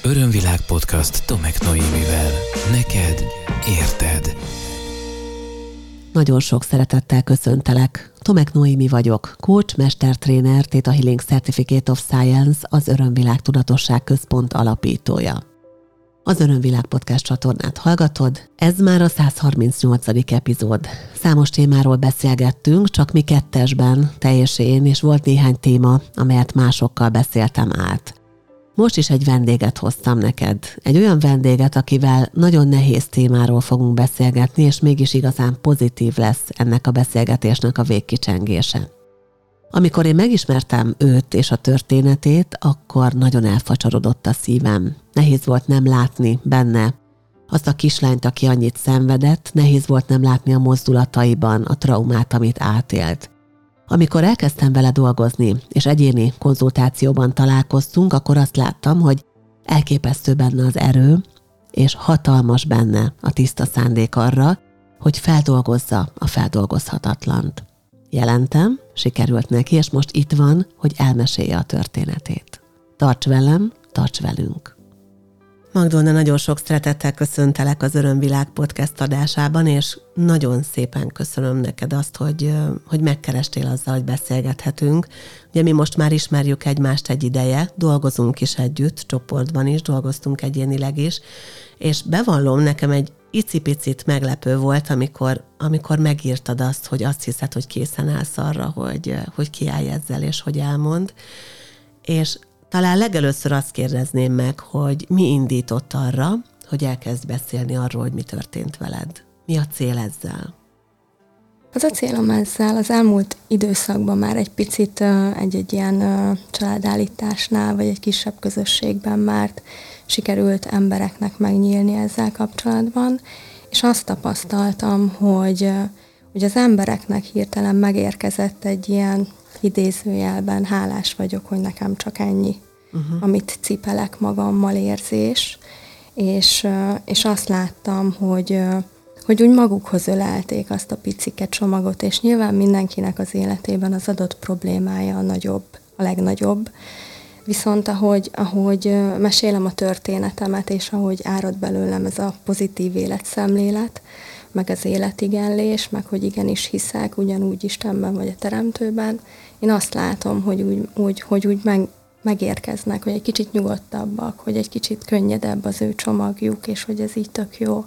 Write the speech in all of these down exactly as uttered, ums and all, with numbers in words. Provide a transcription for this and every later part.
Örömvilág podcast Tomek Noémivel. Neked érted. Nagyon sok szeretettel köszöntelek. Tomek Noémi vagyok, coach, mestertréner, Theta Healing Certificate of Science, az Örömvilág Tudatosság Központ alapítója. Az Örömvilág podcast csatornát hallgatod, ez már a száz harmincnyolcadik epizód. Számos témáról beszélgettünk, csak mi kettesben, te és én, és volt néhány téma, amelyet másokkal beszéltem át. Most is egy vendéget hoztam neked. Egy olyan vendéget, akivel nagyon nehéz témáról fogunk beszélgetni, és mégis igazán pozitív lesz ennek a beszélgetésnek a végkicsengése. Amikor én megismertem őt és a történetét, akkor nagyon elfacsarodott a szívem. Nehéz volt nem látni benne azt a kislányt, aki annyit szenvedett, nehéz volt nem látni a mozdulataiban a traumát, amit átélt. Amikor elkezdtem vele dolgozni, és egyéni konzultációban találkoztunk, akkor azt láttam, hogy elképesztő benne az erő, és hatalmas benne a tiszta szándék arra, hogy feldolgozza a feldolgozhatatlant. Jelentem, sikerült neki, és most itt van, hogy elmesélje a történetét. Tarts velem, tarts velünk! Magdolna, nagyon sok szeretettel köszöntelek az Örömvilág podcast adásában, és nagyon szépen köszönöm neked azt, hogy, hogy megkerestél azzal, hogy beszélgethetünk. Ugye mi most már ismerjük egymást egy ideje, dolgozunk is együtt, csoportban is, dolgoztunk egyénileg is, és bevallom, nekem egy icipicit meglepő volt, amikor, amikor megírtad azt, hogy azt hiszed, hogy készen állsz arra, hogy, hogy kiállj ezzel, és hogy elmond. És talán legelőször azt kérdezném meg, hogy mi indított arra, hogy elkezd beszélni arról, hogy mi történt veled. Mi a cél ezzel? Az a célom ezzel az elmúlt időszakban már egy picit egy-egy ilyen családállításnál, vagy egy kisebb közösségben már sikerült embereknek megnyílni ezzel kapcsolatban, és azt tapasztaltam, hogy, hogy az embereknek hirtelen megérkezett egy ilyen idézőjelben hálás vagyok, hogy nekem csak ennyi, uh-huh. amit cipelek magammal érzés, és, és azt láttam, hogy, hogy úgy magukhoz ölelték azt a picike csomagot, és nyilván mindenkinek az életében az adott problémája a nagyobb, a legnagyobb, viszont ahogy, ahogy mesélem a történetemet, és ahogy árad belőlem ez a pozitív életszemlélet, meg az életigenlés, meg hogy igenis hiszek, ugyanúgy Istenben vagy a Teremtőben, én azt látom, hogy úgy, úgy, hogy úgy meg, megérkeznek, hogy egy kicsit nyugodtabbak, hogy egy kicsit könnyedebb az ő csomagjuk, és hogy ez így tök jó.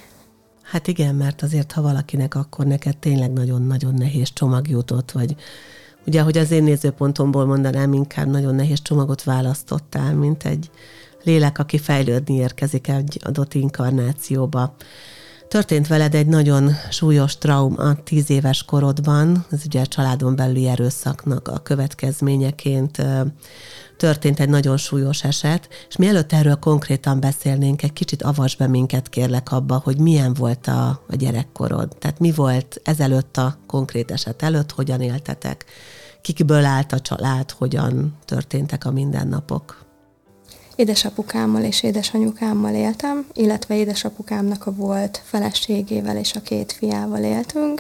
Hát igen, mert azért, ha valakinek, akkor neked tényleg nagyon-nagyon nehéz csomag jutott, vagy ugye, hogy az én nézőpontomból mondanám, inkább nagyon nehéz csomagot választottál, mint egy lélek, aki fejlődni érkezik egy adott inkarnációba. Történt veled egy nagyon súlyos trauma tíz éves korodban, ez ugye a családon belüli erőszaknak a következményeként történt egy nagyon súlyos eset, és mielőtt erről konkrétan beszélnénk, egy kicsit avasd be minket, kérlek, abba, hogy milyen volt a, a gyerekkorod. Tehát mi volt ezelőtt a konkrét eset előtt, hogyan éltetek, kikből állt a család, hogyan történtek a mindennapok. Édesapukámmal és édesanyukámmal éltem, illetve édesapukámnak a volt feleségével és a két fiával éltünk.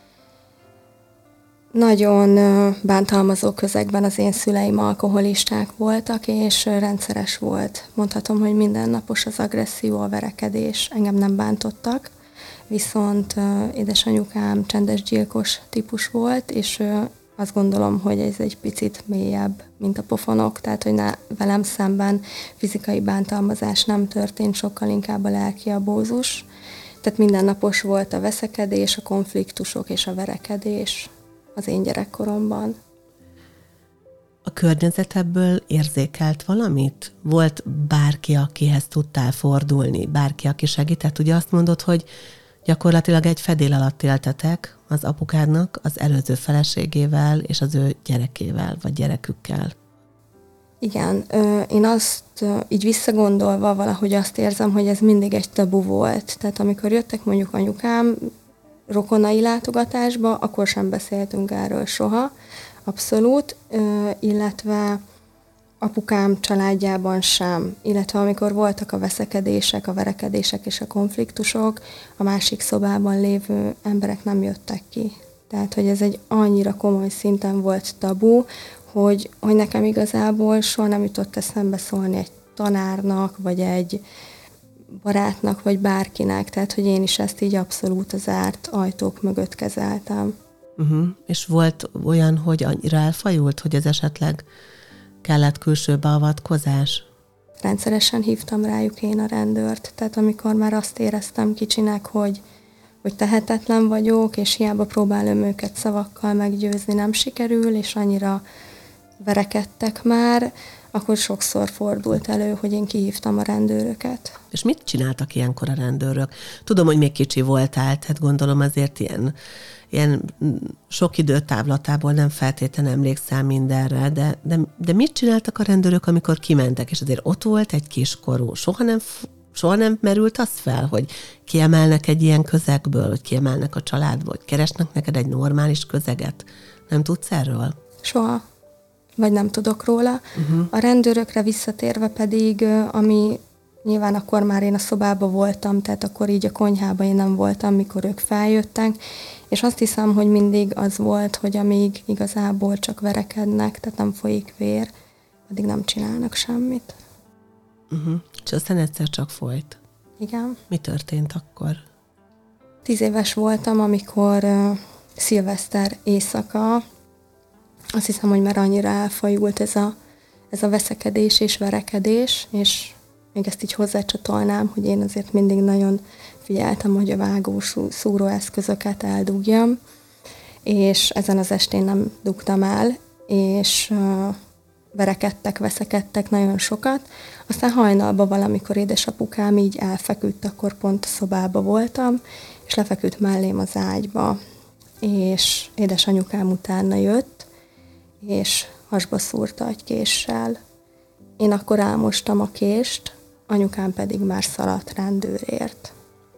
Nagyon bántalmazó közegben az én szüleim alkoholisták voltak, és rendszeres volt. Mondhatom, hogy mindennapos az agresszió, a verekedés. Engem nem bántottak, viszont édesanyukám csendes gyilkos típus volt, és azt gondolom, hogy ez egy picit mélyebb, mint a pofonok, tehát hogy ne, velem szemben fizikai bántalmazás nem történt, sokkal inkább a lelki abózus. Tehát mindennapos volt a veszekedés, a konfliktusok és a verekedés az én gyerekkoromban. A környezetebből érzékelt valamit? Volt bárki, akihez tudtál fordulni? Bárki, aki segített? Ugye azt mondod, hogy gyakorlatilag egy fedél alatt éltetek az apukádnak, az előző feleségével és az ő gyerekével, vagy gyerekükkel. Igen, én azt így visszagondolva valahogy azt érzem, hogy ez mindig egy tabu volt. Tehát amikor jöttek mondjuk anyukám rokonai látogatásba, akkor sem beszéltünk erről soha, abszolút, illetve apukám családjában sem, illetve amikor voltak a veszekedések, a verekedések és a konfliktusok, a másik szobában lévő emberek nem jöttek ki. Tehát, hogy ez egy annyira komoly szinten volt tabu, hogy, hogy nekem igazából soha nem jutott eszembe szólni egy tanárnak, vagy egy barátnak, vagy bárkinek, tehát hogy én is ezt így abszolút az zárt ajtók mögött kezeltem. Uh-huh. És volt olyan, hogy annyira elfajult, hogy ez esetleg kellett külső beavatkozás? Rendszeresen hívtam rájuk én a rendőrt, tehát amikor már azt éreztem kicsinek, hogy, hogy tehetetlen vagyok, és hiába próbálom őket szavakkal meggyőzni, nem sikerül, és annyira verekedtek már, akkor sokszor fordult elő, hogy én kihívtam a rendőröket. És mit csináltak ilyenkor a rendőrök? Tudom, hogy még kicsi voltál, tehát gondolom azért ilyen, ilyen sok idő távlatából nem feltétlenül emlékszel mindenre, de, de, de mit csináltak a rendőrök, amikor kimentek, és azért ott volt egy kiskorú? Soha nem, soha nem merült az fel, hogy kiemelnek egy ilyen közegből, hogy kiemelnek a családból, hogy keresnek neked egy normális közeget? Nem tudsz erről? Soha. Vagy nem tudok róla. Uh-huh. A rendőrökre visszatérve pedig, ami nyilván akkor már én a szobában voltam, tehát akkor így a konyhában én nem voltam, mikor ők feljöttek, és azt hiszem, hogy mindig az volt, hogy amíg igazából csak verekednek, tehát nem folyik vér, addig nem csinálnak semmit. Uh-huh. És aztán egyszer csak folyt. Igen. Mi történt akkor? Tíz éves voltam, amikor uh, szilveszter éjszaka, azt hiszem, hogy már annyira elfajult ez a, ez a veszekedés és verekedés, és még ezt így hozzácsatolnám, hogy én azért mindig nagyon figyeltem, hogy a vágós szúróeszközöket eldugjam, és ezen az estén nem dugtam el, és uh, verekedtek, veszekedtek nagyon sokat. Aztán hajnalban valamikor édesapukám így elfeküdt, akkor pont a szobába voltam, és lefeküdt mellém az ágyba, és édesanyukám utána jött, és hasba szúrta egy késsel. Én akkor elmostam a kést, anyukám pedig már szaladt rendőrért.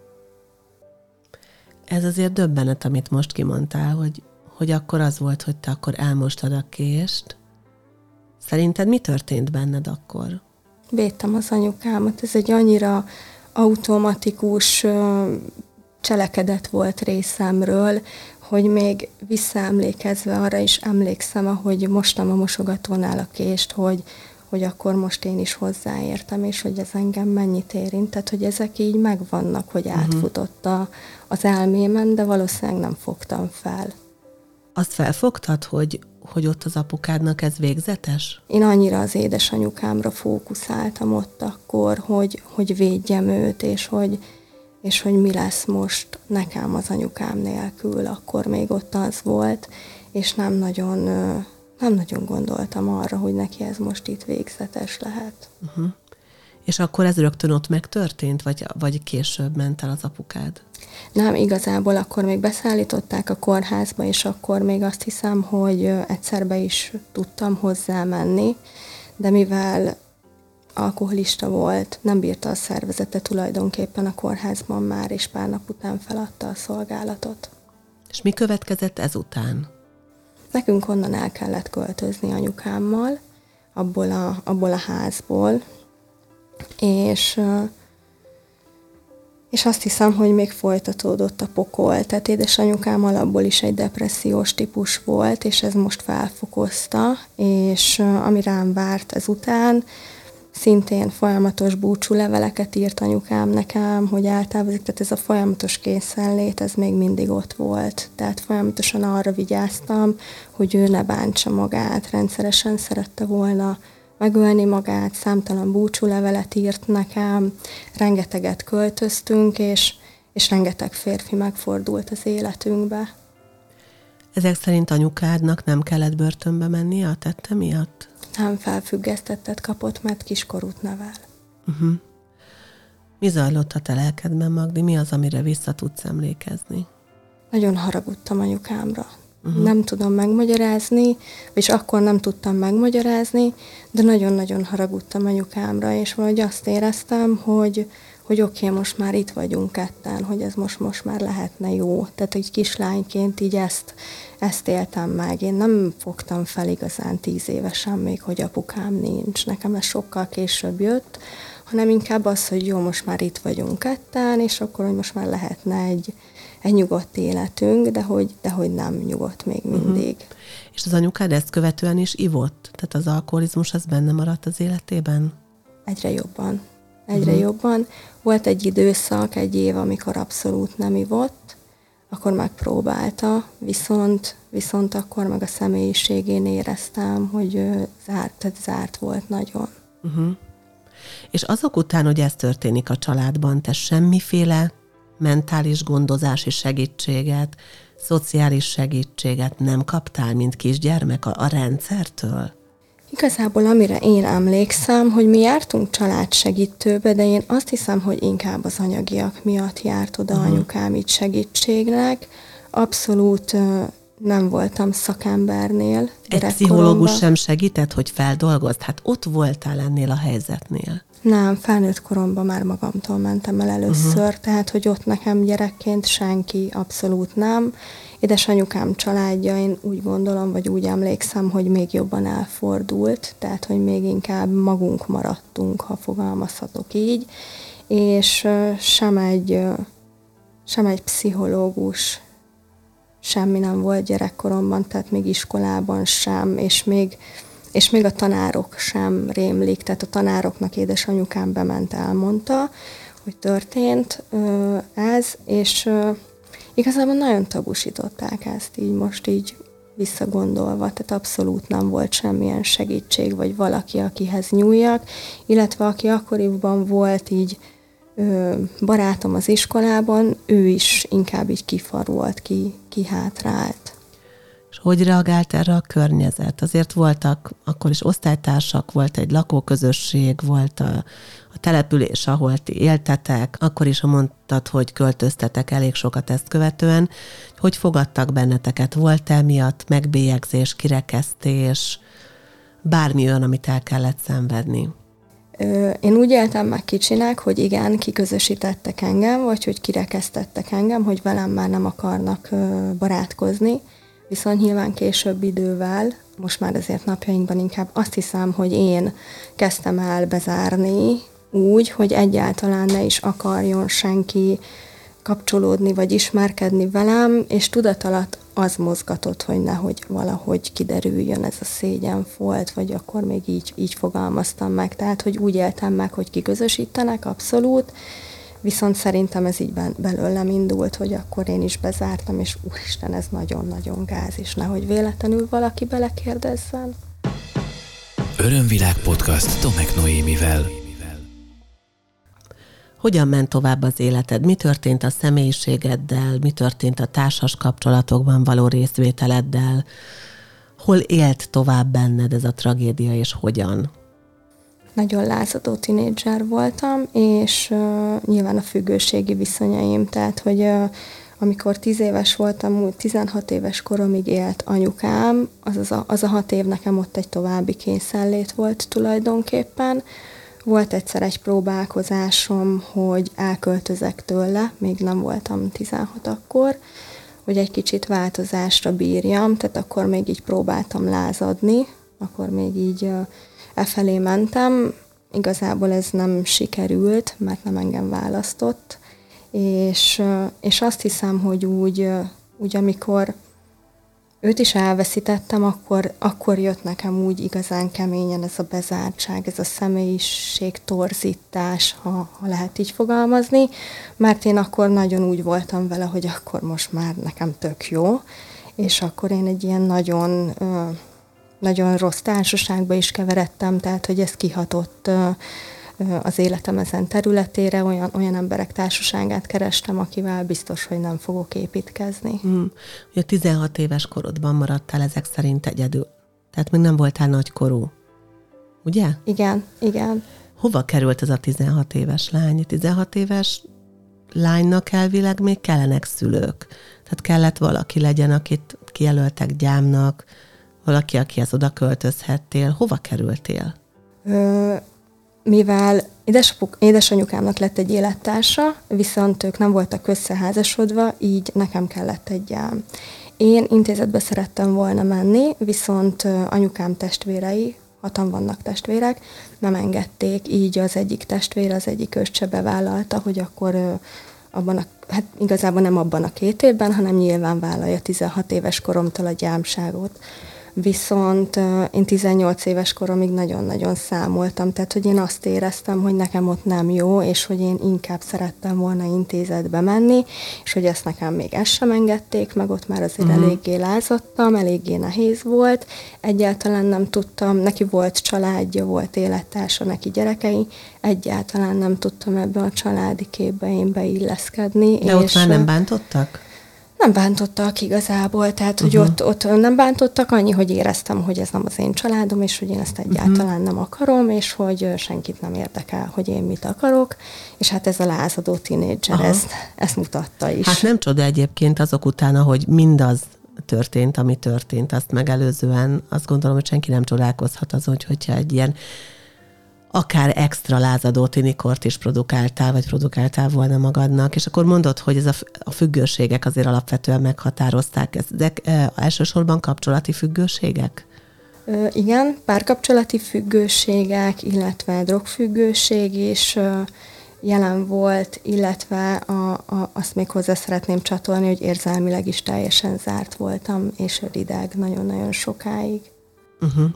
Ez azért döbbenet, amit most kimondtál, hogy, hogy akkor az volt, hogy te akkor elmostad a kést. Szerinted mi történt benned akkor? Védtem az anyukámat. Ez egy annyira automatikus cselekedet volt részemről, hogy még visszaemlékezve arra is emlékszem, ahogy mostam a mosogatónál a kést, hogy, hogy akkor most én is hozzáértem, és hogy ez engem mennyit érint. Tehát, hogy ezek így megvannak, hogy átfutott a, az elmémen, de valószínűleg nem fogtam fel. Azt felfogtad, hogy, hogy ott az apukádnak ez végzetes? Én annyira az édesanyukámra fókuszáltam ott akkor, hogy, hogy védjem őt, és hogy és hogy mi lesz most nekem az anyukám nélkül, akkor még ott az volt, és nem nagyon, nem nagyon gondoltam arra, hogy neki ez most itt végzetes lehet. Uh-huh. És akkor ez rögtön ott megtörtént, vagy, vagy később ment el az apukád? Nem, igazából akkor még beszállították a kórházba, és akkor még azt hiszem, hogy egyszer be is tudtam hozzá menni, de mivel alkoholista volt, nem bírta a szervezete tulajdonképpen a kórházban már, és pár nap után feladta a szolgálatot. És mi következett ezután? Nekünk onnan el kellett költözni anyukámmal, abból a, abból a házból, és, és azt hiszem, hogy még folytatódott a pokol. Tehát édesanyukám alapból is egy depressziós típus volt, és ez most felfokozta, és ami rám várt ezután, szintén folyamatos búcsúleveleket írt anyukám nekem, hogy eltávozik, tehát ez a folyamatos készenlét, ez még mindig ott volt. Tehát folyamatosan arra vigyáztam, hogy ő ne bántsa magát, rendszeresen szerette volna megölni magát, számtalan búcsúlevelet írt nekem, rengeteget költöztünk, és, és rengeteg férfi megfordult az életünkbe. Ezek szerint anyukádnak nem kellett börtönbe mennie a tette miatt? Nem, felfüggesztettet kapott, mert kiskorút nevel. Uh-huh. Mi zajlott a te lelkedben, Magdi? Mi az, amire vissza tudsz emlékezni? Nagyon haragudtam anyukámra. Uh-huh. Nem tudom megmagyarázni, és akkor nem tudtam megmagyarázni, de nagyon-nagyon haragudtam anyukámra, és valahogy azt éreztem, hogy, hogy oké, okay, most már itt vagyunk ketten, hogy ez most, most már lehetne jó. Tehát egy kislányként így ezt, ezt éltem meg. Én nem fogtam fel igazán tíz évesen még, hogy apukám nincs. Nekem ez sokkal később jött, hanem inkább az, hogy jó, most már itt vagyunk ketten, és akkor, hogy most már lehetne egy, egy nyugodt életünk, de hogy, de hogy nem nyugodt még mindig. Uh-huh. És az anyukád ezt követően is ivott? Tehát az alkoholizmus az benne maradt az életében? egyre jobban. Egyre uh-huh. jobban. Volt egy időszak, egy év, amikor abszolút nem ivott, akkor megpróbálta, viszont, viszont akkor meg a személyiségén éreztem, hogy zárt, tehát zárt volt nagyon. Uh-huh. És azok után, hogy ez történik a családban, te semmiféle mentális gondozási segítséget, szociális segítséget nem kaptál, mint kisgyermek a, a rendszertől? Igazából amire én emlékszem, hogy mi jártunk családsegítőbe, de én azt hiszem, hogy inkább az anyagiak miatt járt oda uh-huh. anyukám itt segítségnek. Abszolút uh, nem voltam szakembernél. Egy pszichológus sem segített, hogy feldolgozd? Hát ott voltál ennél a helyzetnél. Nem, felnőtt koromban már magamtól mentem el először, uh-huh. tehát, hogy ott nekem gyerekként senki abszolút nem. Édesanyukám családja, én úgy gondolom, vagy úgy emlékszem, hogy még jobban elfordult, tehát, hogy még inkább magunk maradtunk, ha fogalmazhatok így, és sem egy, sem egy pszichológus, semmi nem volt gyerekkoromban, tehát még iskolában sem, és még és még a tanárok sem rémlik, tehát a tanároknak édesanyukám bement, elmondta, hogy történt ez, és igazából nagyon tabusították ezt így most így visszagondolva, tehát abszolút nem volt semmilyen segítség, vagy valaki, akihez nyúljak, illetve aki akkoriban volt így barátom az iskolában, ő is inkább így kifarolt, ki, kihátrált. És hogy reagált erre a környezet? Azért voltak akkor is osztálytársak, volt egy lakóközösség, volt a, a település, ahol ti éltetek, akkor is mondtad, hogy költöztetek elég sokat ezt követően. Hogy fogadtak benneteket? Volt emiatt megbélyegzés, kirekesztés, bármi olyan, amit el kellett szenvedni? Én úgy éltem meg kicsinek, hogy igen, kiközösítettek engem, vagy hogy kirekesztettek engem, hogy velem már nem akarnak barátkozni. Viszont nyilván később idővel, most már azért napjainkban inkább azt hiszem, hogy én kezdtem el bezárni úgy, hogy egyáltalán ne is akarjon senki kapcsolódni vagy ismerkedni velem, és tudat alatt az mozgatott, hogy nehogy valahogy kiderüljön ez a szégyenfolt, vagy akkor még így, így fogalmaztam meg. Tehát, hogy úgy éltem meg, hogy kiközösítenek, abszolút, viszont szerintem ez így belőlem indult, hogy akkor én is bezártam, és úristen, ez nagyon-nagyon gáz, és nehogy véletlenül valaki belekérdezzen. Örömvilág podcast Tomek Noémivel. Hogyan ment tovább az életed? Mi történt a személyiségeddel? Mi történt a társas kapcsolatokban való részvételeddel? Hol élt tovább benned ez a tragédia, és hogyan? Nagyon lázadó tinédzser voltam, és uh, nyilván a függőségi viszonyaim, tehát, hogy uh, amikor tíz éves voltam, úgy tizenhat éves koromig élt anyukám, az, az, a, az a hat év nekem ott egy további kényszenlét volt tulajdonképpen. Volt egyszer egy próbálkozásom, hogy elköltözek tőle, még nem voltam tizenhat akkor, hogy egy kicsit változásra bírjam, tehát akkor még így próbáltam lázadni, akkor még így uh, efelé mentem, igazából ez nem sikerült, mert nem engem választott, és, és azt hiszem, hogy úgy, úgy amikor őt is elveszítettem, akkor, akkor jött nekem úgy igazán keményen ez a bezártság, ez a személyiség torzítás, ha, ha lehet így fogalmazni, mert én akkor nagyon úgy voltam vele, hogy akkor most már nekem tök jó, és akkor én egy ilyen nagyon... nagyon rossz társaságba is keveredtem, tehát hogy ez kihatott az életem ezen területére, olyan, olyan emberek társaságát kerestem, akivel biztos, hogy nem fogok építkezni. Hmm. Ugye tizenhat éves korodban maradtál ezek szerint egyedül, tehát még nem voltál nagykorú, ugye? Igen, igen. Hova került ez a tizenhat éves lány? tizenhat éves lánynak elvileg még kellenek szülők, tehát kellett valaki legyen, akit kijelöltek gyámnak, valaki, akihez oda költözhettél. Hova kerültél? Ö, mivel édesapuk, édesanyukámnak lett egy élettársa, viszont ők nem voltak összeházasodva, így nekem kellett egy gyám. Én intézetbe szerettem volna menni, viszont anyukám testvérei, hatan vannak testvérek, nem engedték, így az egyik testvére, az egyik öccse bevállalta, hogy akkor abban a, hát igazából nem abban a két évben, hanem nyilván vállalja tizenhat éves koromtól a gyámságot. viszont én tizennyolc éves koromig nagyon-nagyon számoltam, tehát hogy én azt éreztem, hogy nekem ott nem jó, és hogy én inkább szerettem volna intézetbe menni, és hogy ezt nekem még ezt sem engedték, meg ott már azért uh-huh. eléggé lázadtam, eléggé nehéz volt, egyáltalán nem tudtam, neki volt családja, volt élettársa, neki gyerekei, egyáltalán nem tudtam ebbe a családi képbe én beilleszkedni. De és ott már nem bántottak? Nem bántottak igazából, tehát hogy uh-huh. ott, ott nem bántottak, annyi, hogy éreztem, hogy ez nem az én családom, és hogy én ezt egyáltalán uh-huh. nem akarom, és hogy senkit nem érdekel, hogy én mit akarok, és hát ez a lázadó tínédzser, ez, ezt mutatta is. Hát nem csoda egyébként azok után, hogy mindaz történt, ami történt, azt megelőzően azt gondolom, hogy senki nem csodálkozhat azon, hogyha egy ilyen akár extra lázadó tinikort is produkáltál, vagy produkáltál volna magadnak, és akkor mondod, hogy ez a, a függőségek azért alapvetően meghatározták. Ezek e, elsősorban kapcsolati függőségek? Ö, igen, párkapcsolati függőségek, illetve drogfüggőség is ö, jelen volt, illetve a, a, azt még hozzá szeretném csatolni, hogy érzelmileg is teljesen zárt voltam, és rideg nagyon-nagyon sokáig. Uh-huh.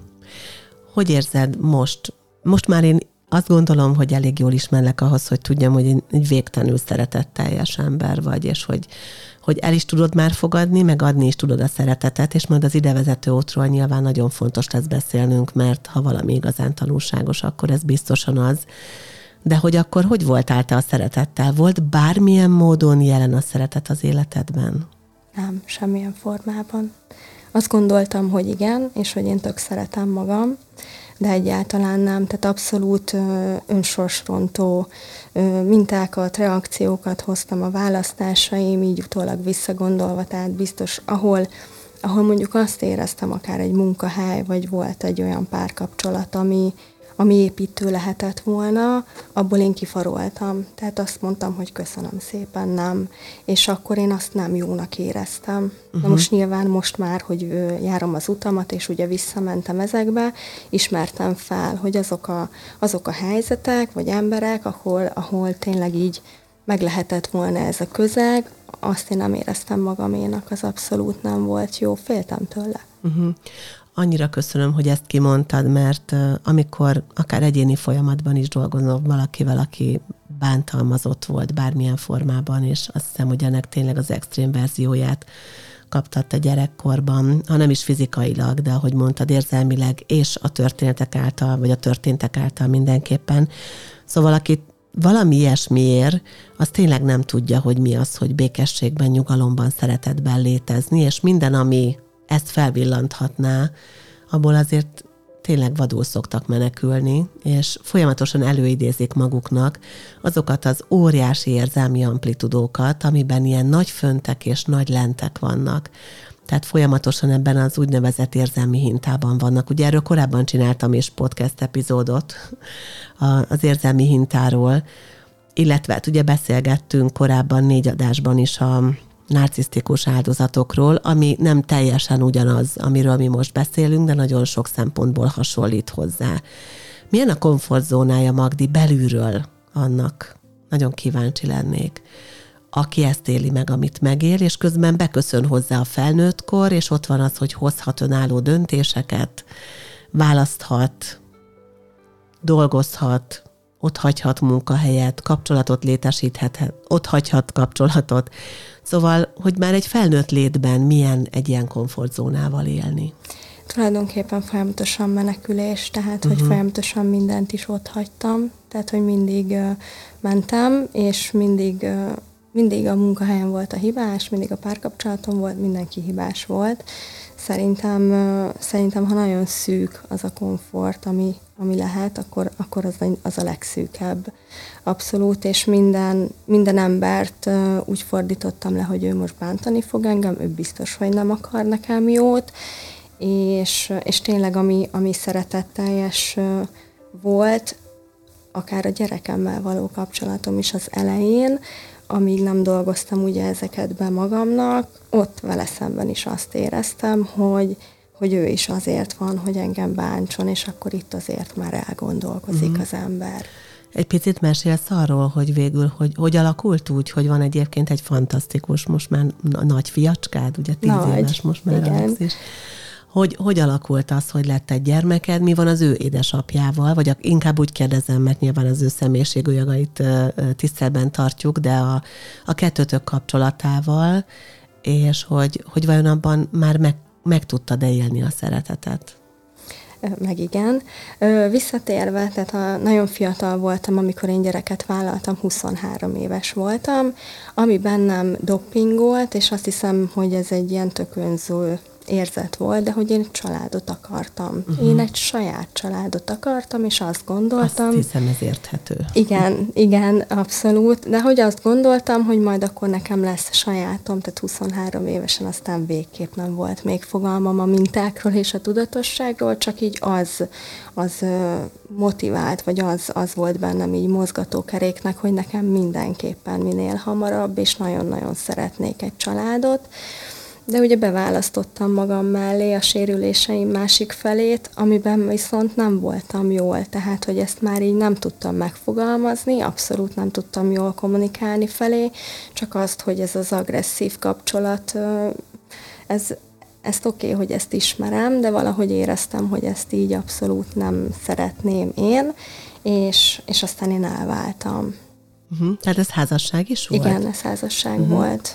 Hogy érzed most? Most már én azt gondolom, hogy elég jól ismerlek ahhoz, hogy tudjam, hogy egy végtelenül szeretetteljes ember vagy, és hogy, hogy el is tudod már fogadni, meg adni is tudod a szeretetet, és majd az idevezető útról nyilván nagyon fontos lesz beszélnünk, mert ha valami igazán tanulságos, akkor ez biztosan az. De hogy akkor hogy voltál te a szeretettel? Volt bármilyen módon jelen a szeretet az életedben? Nem, semmilyen formában. Azt gondoltam, hogy igen, és hogy én tök szeretem magam, de egyáltalán nem, tehát abszolút ö, önsorsrontó ö, mintákat, reakciókat hoztam a választásaim, így utólag visszagondolva, tehát biztos, ahol, ahol mondjuk azt éreztem, akár egy munkahely, vagy volt egy olyan párkapcsolat, ami, ami építő lehetett volna, abból én kifaroltam. Tehát azt mondtam, hogy köszönöm szépen, nem. És akkor én azt nem jónak éreztem. Uh-huh. Na most nyilván most már, hogy járom az utamat, és ugye visszamentem ezekbe, ismertem fel, hogy azok a, azok a helyzetek, vagy emberek, ahol, ahol tényleg így meg lehetett volna ez a közeg, azt én nem éreztem magaménak, az abszolút nem volt jó, féltem tőle. Uh-huh. Annyira köszönöm, hogy ezt kimondtad, mert uh, amikor akár egyéni folyamatban is dolgozom valakivel, aki bántalmazott volt bármilyen formában, és azt hiszem, hogy ennek tényleg az extrém verzióját kaptad a gyerekkorban, ha nem is fizikailag, de ahogy mondtad, érzelmileg, és a történetek által, vagy a történtek által mindenképpen. Szóval aki valami ilyesmiért, az tényleg nem tudja, hogy mi az, hogy békességben, nyugalomban, szeretetben létezni, és minden, ami ezt felvillanthatná, abból azért tényleg vadul szoktak menekülni, és folyamatosan előidézik maguknak azokat az óriási érzelmi amplitudókat, amiben ilyen nagy föntek és nagy lentek vannak. Tehát folyamatosan ebben az úgynevezett érzelmi hintában vannak. Ugye erről korábban csináltam is podcast epizódot az érzelmi hintáról, illetve hát ugye beszélgettünk korábban négy adásban is a narcisztikus áldozatokról, ami nem teljesen ugyanaz, amiről mi most beszélünk, de nagyon sok szempontból hasonlít hozzá. Milyen a komfortzónája, Magdi, belülről annak? Nagyon kíváncsi lennék. Aki ezt éli meg, amit megél, és közben beköszön hozzá a felnőttkor, és ott van az, hogy hozhat önálló döntéseket, választhat, dolgozhat, ott hagyhat munkahelyet, kapcsolatot létesíthet, ott hagyhat kapcsolatot. Szóval, hogy már egy felnőtt létben milyen egy ilyen komfortzónával élni? Tulajdonképpen folyamatosan menekülés, tehát, uh-huh. hogy folyamatosan mindent is ott hagytam, tehát, hogy mindig uh, mentem, és mindig, uh, mindig a munkahelyen volt a hibás, mindig a párkapcsolatom volt, mindenki hibás volt. Szerintem, uh, szerintem ha nagyon szűk az a komfort, ami, ami lehet, akkor, akkor az, az a legszűkebb. Abszolút, és minden, minden embert uh, úgy fordítottam le, hogy ő most bántani fog engem, ő biztos, hogy nem akar nekem jót, és, és tényleg ami, ami szeretetteljes uh, volt, akár a gyerekemmel való kapcsolatom is az elején, amíg nem dolgoztam ugye ezeket be magamnak, ott vele szemben is azt éreztem, hogy, hogy ő is azért van, hogy engem bántson, és akkor itt azért már elgondolkozik mm. az ember. Egy picit mesélsz arról, hogy végül, hogy, hogy alakult úgy, hogy van egyébként egy fantasztikus, most már nagy fiacskád, ugye tíz nagy, éves most már igen. Alex is, Hogy, hogy alakult az, hogy lett egy gyermeked? Mi van az ő édesapjával? Vagy inkább úgy kérdezem, mert nyilván az ő személyiségű jogait tiszteletben tartjuk, de a, a kettőtök kapcsolatával, és hogy, hogy vajon abban már meg, meg tudtad-e élni a szeretetet? Meg igen. Visszatérve, tehát ha nagyon fiatal voltam, amikor én gyereket vállaltam, huszonhárom éves voltam, ami bennem doppingolt, és azt hiszem, hogy ez egy ilyen tök önző érzet volt, de hogy én egy családot akartam. Uh-huh. Én egy saját családot akartam, és azt gondoltam... Azt hiszem, ez érthető. Igen, igen, abszolút, de hogy azt gondoltam, hogy majd akkor nekem lesz sajátom, tehát huszonhárom évesen aztán végképp nem volt még fogalmam a mintákról és a tudatosságról, csak így az, az motivált, vagy az, az volt bennem így mozgatókeréknek, hogy nekem mindenképpen minél hamarabb, és nagyon-nagyon szeretnék egy családot. De ugye beválasztottam magam mellé a sérüléseim másik felét, amiben viszont nem voltam jól, tehát hogy ezt már így nem tudtam megfogalmazni, abszolút nem tudtam jól kommunikálni felé, csak azt, hogy ez az agresszív kapcsolat, ez, ezt oké, okay, hogy ezt ismerem, de valahogy éreztem, hogy ezt így abszolút nem szeretném én, és, és aztán én elváltam. Uh-huh. Tehát ez házasság is volt? Igen, ez házasság uh-huh. volt.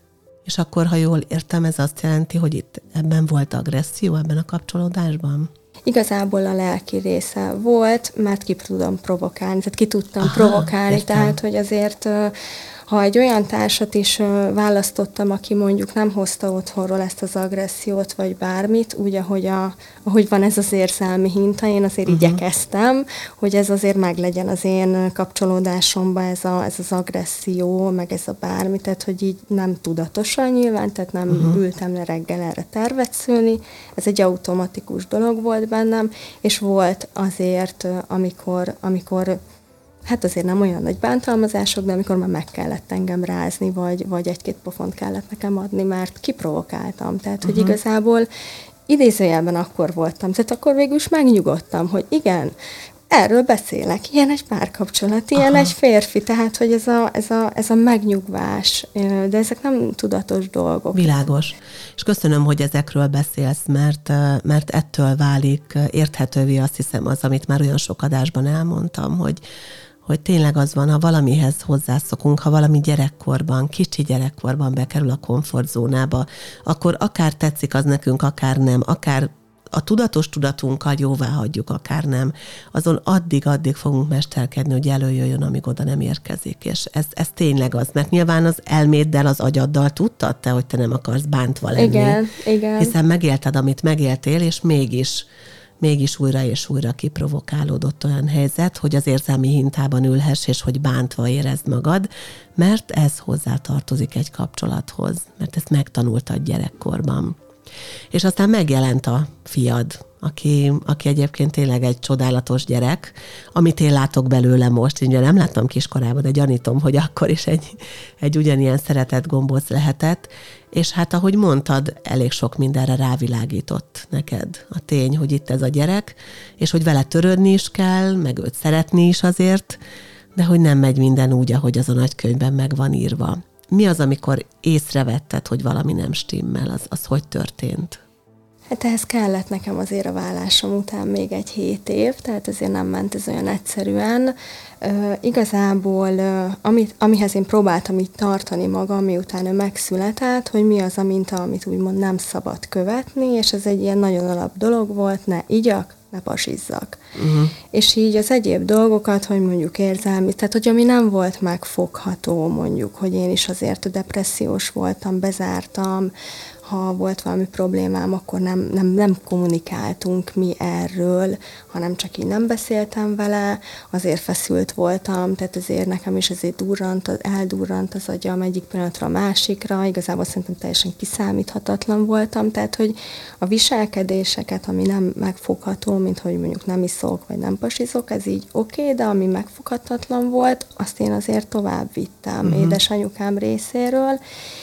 És akkor, ha jól értem, ez azt jelenti, hogy itt ebben volt agresszió, ebben a kapcsolódásban? Igazából a lelki része volt, mert ki tudom provokálni, tehát ki tudtam Aha, provokálni, értem. Tehát, hogy azért, ha egy olyan társat is választottam, aki mondjuk nem hozta otthonról ezt az agressziót, vagy bármit, úgy, ahogy, a, ahogy van ez az érzelmi hinta, én azért uh-huh. igyekeztem, hogy ez azért meglegyen az én kapcsolódásomban, ez, a, ez az agresszió, meg ez a bármi, tehát, hogy így nem tudatosan nyilván, tehát nem uh-huh. ültem le reggel erre tervet szülni, ez egy automatikus dolog volt bennem, és volt azért, amikor, amikor hát azért nem olyan nagy bántalmazások, de amikor már meg kellett engem rázni, vagy, vagy egy-két pofont kellett nekem adni, mert kiprovokáltam. Tehát, uh-huh. hogy igazából idézőjelben akkor voltam. Tehát akkor végül is megnyugodtam, hogy igen, erről beszélek, ilyen egy párkapcsolat, ilyen Aha. egy férfi, tehát, hogy ez a, ez, a, ez a megnyugvás, de ezek nem tudatos dolgok. Világos. És köszönöm, hogy ezekről beszélsz, mert, mert ettől válik érthetővé, azt hiszem, az, amit már olyan sok adásban elmondtam, hogy hogy tényleg az van, ha valamihez hozzászokunk, ha valami gyerekkorban, kicsi gyerekkorban bekerül a komfortzónába, akkor akár tetszik az nekünk, akár nem, akár a tudatos tudatunkkal jóvá hagyjuk, akár nem, azon addig-addig fogunk mesterkedni, hogy előjöjjön, amíg oda nem érkezik. És ez, ez tényleg az, mert nyilván az elméddel, az agyaddal tudtad te, hogy te nem akarsz bántva lenni. Igen, igen. Hiszen megélted, amit megéltél, és mégis mégis újra és újra kiprovokálódott olyan helyzet, hogy az érzelmi hintában ülhess, és hogy bántva érezd magad, mert ez hozzátartozik egy kapcsolathoz, mert ezt megtanultad gyerekkorban. És aztán megjelent a fiad, aki, aki egyébként tényleg egy csodálatos gyerek, amit én látok belőle most, én nem láttam kiskorában, de gyanítom, hogy akkor is egy, egy ugyanilyen szeretett gombóc lehetett, és hát ahogy mondtad, elég sok mindenre rávilágított neked a tény, hogy itt ez a gyerek, és hogy vele törődni is kell, meg őt szeretni is azért, de hogy nem megy minden úgy, ahogy az a nagykönyvben meg van írva. Mi az, amikor észrevetted, hogy valami nem stimmel? Az, az hogy történt? Hát ehhez kellett nekem azért a vállásom után még egy hét év, tehát azért nem ment ez olyan egyszerűen. Uh, igazából, uh, amit, amihez én próbáltam így tartani magam, miután ő megszületett, hogy mi az a minta, amit úgymond nem szabad követni, és ez egy ilyen nagyon alap dolog volt, ne igyak, ne pasizzak. Uh-huh. És így az egyéb dolgokat, hogy mondjuk érzelmi, tehát hogy ami nem volt megfogható, mondjuk, hogy én is azért depressziós voltam, bezártam, ha volt valami problémám, akkor nem, nem, nem kommunikáltunk mi erről, hanem csak így nem beszéltem vele, azért feszült voltam, tehát azért nekem is azért durrant, eldurrant az agyam egyik pillanatra a másikra, igazából szerintem teljesen kiszámíthatatlan voltam, tehát hogy a viselkedéseket, ami nem megfogható, mint hogy mondjuk nem iszok, vagy nem pasizok, ez így oké, okay, de ami megfoghatatlan volt, azt én azért tovább vittem uh-huh. édesanyukám részéről,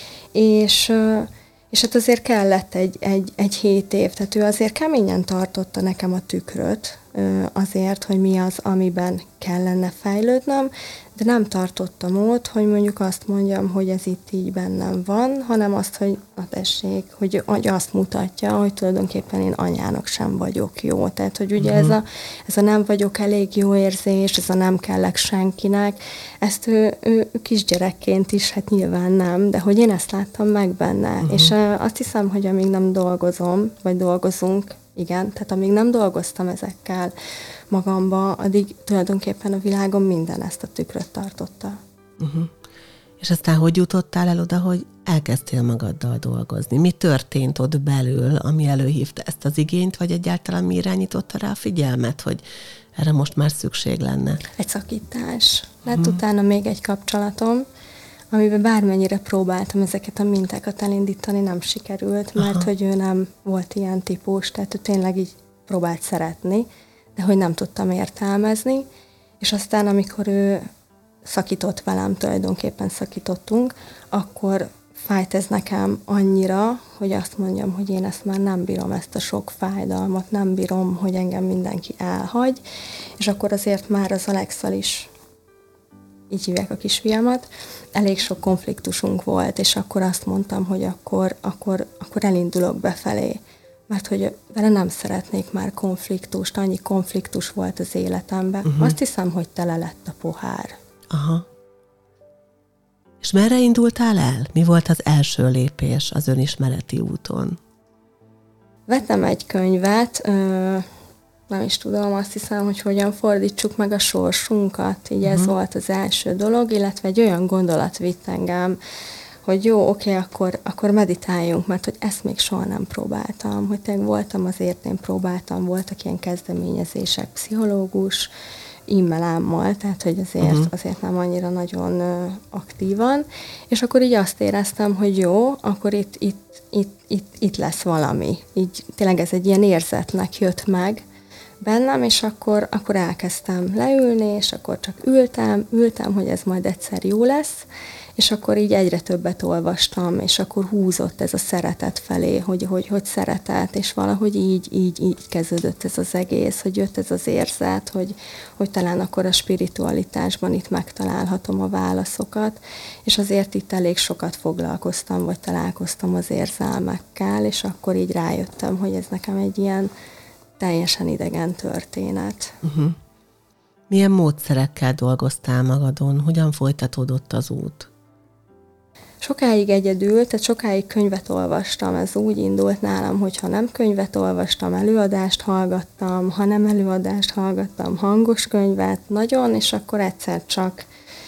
és És hát azért kellett egy, egy, egy hét év, tehát ő azért keményen tartotta nekem a tükröt, azért, hogy mi az, amiben kellene fejlődnöm, de nem tartottam ott, hogy mondjuk azt mondjam, hogy ez itt így bennem van, hanem azt, hogy a tessék, hogy, hogy azt mutatja, hogy tulajdonképpen én anyának sem vagyok jó. Tehát, hogy ugye uh-huh. ez, a, ez a nem vagyok elég jó érzés, ez a nem kellek senkinek, ezt ő, ő kisgyerekként is, hát nyilván nem, de hogy én ezt láttam meg benne. Uh-huh. És uh, azt hiszem, hogy amíg nem dolgozom, vagy dolgozunk, igen, tehát amíg nem dolgoztam ezekkel magamba, addig tulajdonképpen a világon minden ezt a tükröt tartotta. Uh-huh. És aztán hogy jutottál el oda, hogy elkezdtél magaddal dolgozni? Mi történt ott belül, ami előhívta ezt az igényt, vagy egyáltalán mi irányította rá a figyelmet, hogy erre most már szükség lenne? Egy szakítás. Lett uh-huh. utána még egy kapcsolatom, amiben bármennyire próbáltam ezeket a mintákat elindítani, nem sikerült, mert Aha. hogy ő nem volt ilyen típus, tehát ő tényleg így próbált szeretni, de hogy nem tudtam értelmezni, és aztán amikor ő szakított velem, tulajdonképpen szakítottunk, akkor fájt ez nekem annyira, hogy azt mondjam, hogy én ezt már nem bírom, ezt a sok fájdalmat, nem bírom, hogy engem mindenki elhagy, és akkor azért már az Alex-szal is, így hívják a kisfiamat, elég sok konfliktusunk volt, és akkor azt mondtam, hogy akkor, akkor, akkor elindulok befelé, mert hogy vele nem szeretnék már konfliktust, annyi konfliktus volt az életemben. Uh-huh. Azt hiszem, hogy tele lett a pohár. Aha. És merre indultál el? Mi volt az első lépés az önismereti úton? Vettem egy könyvet, ö, nem is tudom, azt hiszem, hogy hogyan fordítsuk meg a sorsunkat. Így uh-huh. ez volt az első dolog, illetve egy olyan gondolat vitt engem, hogy jó, oké, akkor, akkor meditáljunk, mert hogy ezt még soha nem próbáltam. Hogy tényleg voltam, azért én próbáltam, voltak ilyen kezdeményezések, pszichológus, e-mailámmal, tehát hogy azért, uh-huh. azért nem annyira nagyon uh, aktívan, és akkor így azt éreztem, hogy jó, akkor itt, itt, itt, itt, itt lesz valami. Így tényleg ez egy ilyen érzetnek jött meg bennem, és akkor, akkor elkezdtem leülni, és akkor csak ültem, ültem, hogy ez majd egyszer jó lesz, és akkor így egyre többet olvastam, és akkor húzott ez a szeretet felé, hogy, hogy, hogy szeretet, és valahogy így, így, így kezdődött ez az egész, hogy jött ez az érzet, hogy, hogy talán akkor a spiritualitásban itt megtalálhatom a válaszokat, és azért itt elég sokat foglalkoztam, vagy találkoztam az érzelmekkel, és akkor így rájöttem, hogy ez nekem egy ilyen teljesen idegen történet. Uh-huh. Milyen módszerekkel dolgoztál magadon? Hogyan folytatódott az út? Sokáig egyedül, tehát sokáig könyvet olvastam, ez úgy indult nálam, hogy ha nem könyvet olvastam, előadást hallgattam, ha nem előadást hallgattam, hangos könyvet, nagyon, és akkor egyszer csak,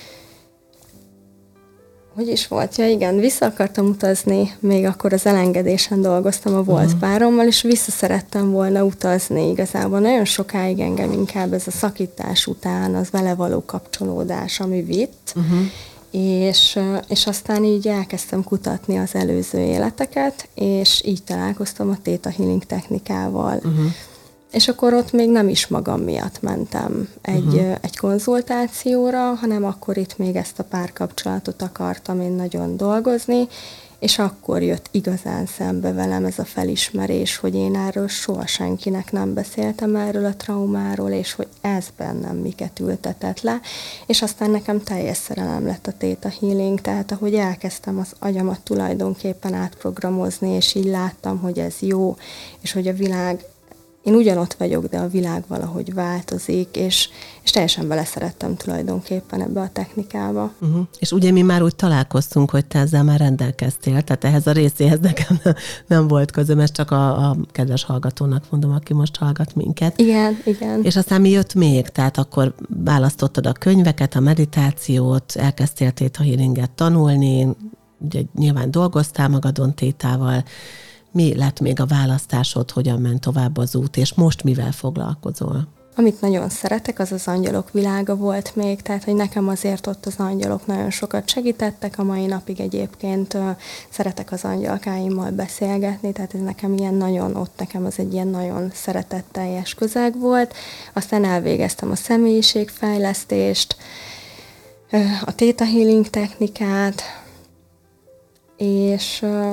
hogy is volt? Ja igen, vissza akartam utazni, még akkor az elengedésen dolgoztam a volt uh-huh. párommal, és vissza szerettem volna utazni. Igazából nagyon sokáig engem inkább ez a szakítás után, az vele való kapcsolódás, ami vitt, uh-huh. És, és aztán így elkezdtem kutatni az előző életeket, és így találkoztam a Theta Healing technikával. Uh-huh. És akkor ott még nem is magam miatt mentem egy, uh-huh. egy konzultációra, hanem akkor itt még ezt a párkapcsolatot akartam én nagyon dolgozni, és akkor jött igazán szembe velem ez a felismerés, hogy én erről soha senkinek nem beszéltem, erről a traumáról, és hogy ez bennem miket ültetett le, és aztán nekem teljes szerelem lett a Theta Healing, tehát ahogy elkezdtem az agyamat tulajdonképpen átprogramozni, és így láttam, hogy ez jó, és hogy a világ, én ugyanott vagyok, de a világ valahogy változik, és, és teljesen beleszerettem tulajdonképpen ebbe a technikába. Uh-huh. És ugye mi már úgy találkoztunk, hogy te ezzel már rendelkeztél, tehát ehhez a részéhez nekem nem volt közöm, ez csak a, a kedves hallgatónak mondom, aki most hallgat minket. Igen, igen. És aztán mi jött még? Tehát akkor választottad a könyveket, a meditációt, elkezdtél Theta Healinget tanulni, ugye nyilván dolgoztál magadon tétával. Mi lett még a választásod, hogyan ment tovább az út, és most mivel foglalkozol? Amit nagyon szeretek, az az angyalok világa volt még, tehát hogy nekem azért ott az angyalok nagyon sokat segítettek, a mai napig egyébként uh, szeretek az angyalkáimmal beszélgetni, tehát ez nekem ilyen nagyon, ott nekem az egy ilyen nagyon szeretetteljes közeg volt. Aztán elvégeztem a személyiségfejlesztést, uh, a Theta Healing technikát, és... Uh,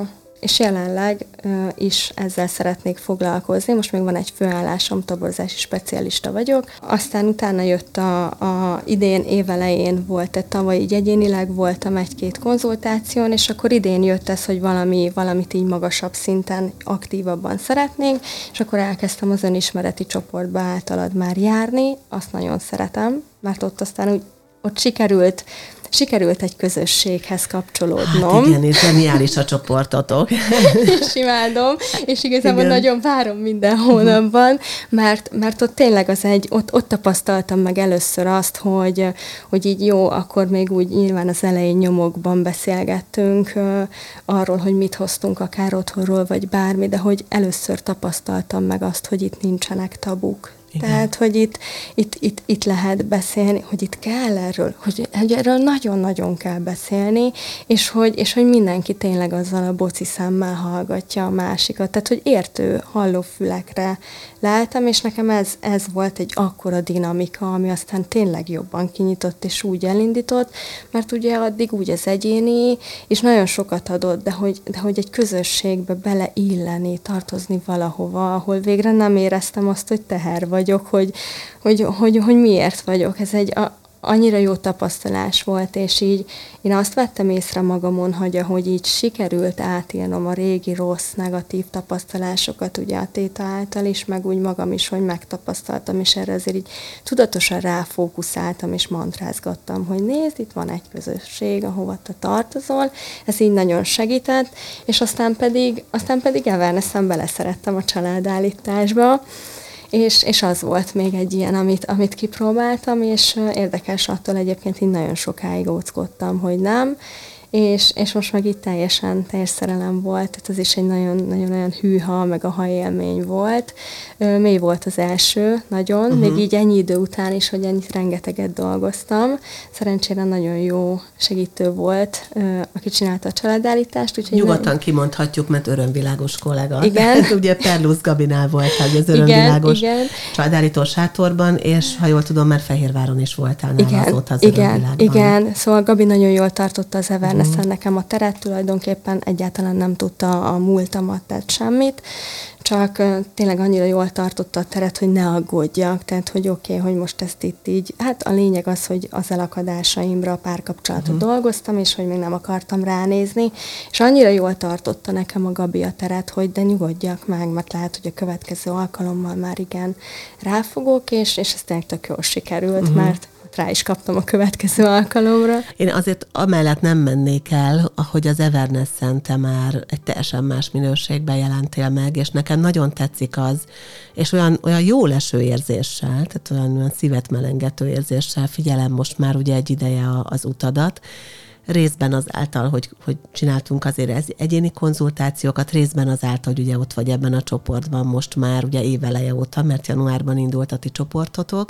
és jelenleg uh, is ezzel szeretnék foglalkozni. Most még van egy főállásom, toborzási specialista vagyok. Aztán utána jött a, a idén évelején volt, egy tavaly így egyénileg voltam egy-két konzultáción, és akkor idén jött ez, hogy valami, valamit így magasabb szinten aktívabban szeretnénk, és akkor elkezdtem az önismereti csoportba általad már járni, azt nagyon szeretem, mert ott aztán úgy, ott sikerült Sikerült egy közösséghez kapcsolódnom. Hát igen, és zseniális a csoportotok. És imádom, és igazából igen. nagyon várom minden hónapban, mert, mert ott tényleg az egy, ott, ott tapasztaltam meg először azt, hogy, hogy így jó, akkor még úgy nyilván az elején nyomokban beszélgettünk uh, arról, hogy mit hoztunk akár otthonról, vagy bármi, de hogy először tapasztaltam meg azt, hogy itt nincsenek tabuk. Igen. Tehát, hogy itt, itt, itt, itt lehet beszélni, hogy itt kell erről, hogy erről nagyon-nagyon kell beszélni, és hogy, és hogy mindenki tényleg azzal a boci szemmel hallgatja a másikat. Tehát, hogy értő hallófülekre leltem, és nekem ez, ez volt egy akkora dinamika, ami aztán tényleg jobban kinyitott, és úgy elindított, mert ugye addig úgy az egyéni, és nagyon sokat adott, de hogy, de hogy egy közösségbe beleilleni, tartozni valahova, ahol végre nem éreztem azt, hogy teher vagy, vagyok, hogy, hogy, hogy, hogy miért vagyok. Ez egy a, annyira jó tapasztalás volt, és így én azt vettem észre magamon, hogy ahogy így sikerült átélnom a régi rossz, negatív tapasztalásokat, ugye a téta által is, meg úgy magam is, hogy megtapasztaltam, és erre azért így tudatosan ráfókuszáltam, és mantrázgattam, hogy nézd, itt van egy közösség, ahova te tartozol, ez így nagyon segített, és aztán pedig, aztán pedig Evernessen beleszerettem a családállításba, És, és az volt még egy ilyen, amit, amit kipróbáltam, és érdekes, attól egyébként így nagyon sokáig óckodtam, hogy nem, és, és most meg itt teljesen, teljes szerelem volt, tehát az is egy nagyon-nagyon hűha, meg a hajélmény volt. Mély volt az első, nagyon, uh-huh. még így ennyi idő után is, hogy ennyit rengeteget dolgoztam. Szerencsére nagyon jó segítő volt, aki csinálta a családállítást. Úgyhogy nyugodtan nem... kimondhatjuk, mert örömvilágos kollega. Igen. Ugye Perlusz Gabinál voltál az örömvilágos igen, igen. családállító sátorban, és ha jól tudom, mert Fehérváron is voltál nála igen, azóta az igen, örömvilágban. Igen, szóval Gabi nagyon jól tartotta az Evernessen uh-huh. nekem a teret, tulajdonképpen egyáltalán nem tudta a múltamat, tehát semmit, csak uh, tényleg annyira jól tartotta a teret, hogy ne aggódjak, tehát hogy oké, okay, hogy most ezt itt így, hát a lényeg az, hogy az elakadásaimra a párkapcsolatot uh-huh. dolgoztam, és hogy még nem akartam ránézni, és annyira jól tartotta nekem a Gabi a teret, hogy de nyugodjak meg, mert lehet, hogy a következő alkalommal már igen ráfogok, és, és ez tényleg tök jól sikerült, uh-huh. mert rá is kaptam a következő alkalomra. Én azért amellett nem mennék el, ahogy az Evernessen te már egy teljesen más minőségben jelentél meg, és nekem nagyon tetszik az, és olyan, olyan jó leső érzéssel, tehát olyan, olyan szívet melengető érzéssel figyelem most már ugye egy ideje az utadat, részben azáltal, hogy, hogy csináltunk azért egyéni konzultációkat, részben azáltal, hogy ugye ott vagy ebben a csoportban most már ugye éveleje óta, mert januárban indult a ti csoportotok,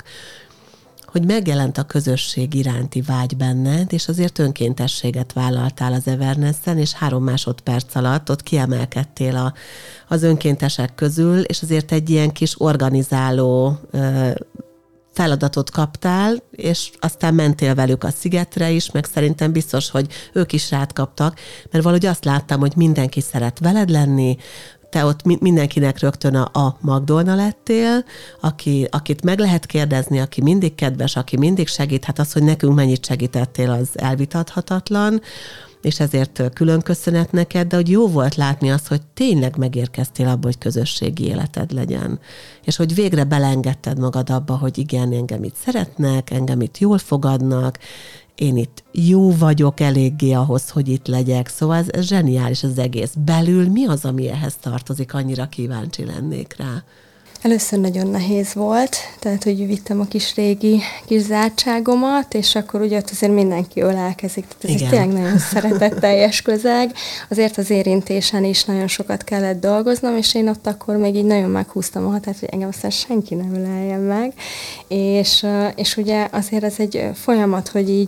hogy megjelent a közösség iránti vágy benned, és azért önkéntességet vállaltál az Evernessen, és három másodperc alatt ott kiemelkedtél a, az önkéntesek közül, és azért egy ilyen kis organizáló ö, feladatot kaptál, és aztán mentél velük a szigetre is, meg szerintem biztos, hogy ők is rád kaptak, mert valahogy azt láttam, hogy mindenki szeret veled lenni, te ott mindenkinek rögtön a, a Magdolna lettél, aki, akit meg lehet kérdezni, aki mindig kedves, aki mindig segít, hát az, hogy nekünk mennyit segítettél, az elvitathatatlan, és ezért külön köszönet neked, de hogy jó volt látni azt, hogy tényleg megérkeztél abba, hogy közösségi életed legyen. És hogy végre belengedted magad abba, hogy igen, engem itt szeretnek, engem itt jól fogadnak, én itt jó vagyok eléggé ahhoz, hogy itt legyek. Szóval ez, ez zseniális az egész. Belül mi az, ami ehhez tartozik? Annyira kíváncsi lennék rá. Először nagyon nehéz volt, tehát hogy vittem a kis régi kis zártságomat, és akkor ugye ott azért mindenki ölelkezik, tehát ez egy tényleg nagyon szeretetteljes közeg. Azért az érintésen is nagyon sokat kellett dolgoznom, és én ott akkor még így nagyon meghúztam a határt, hogy engem aztán senki nem öleljen meg. És, és ugye azért ez egy folyamat, hogy így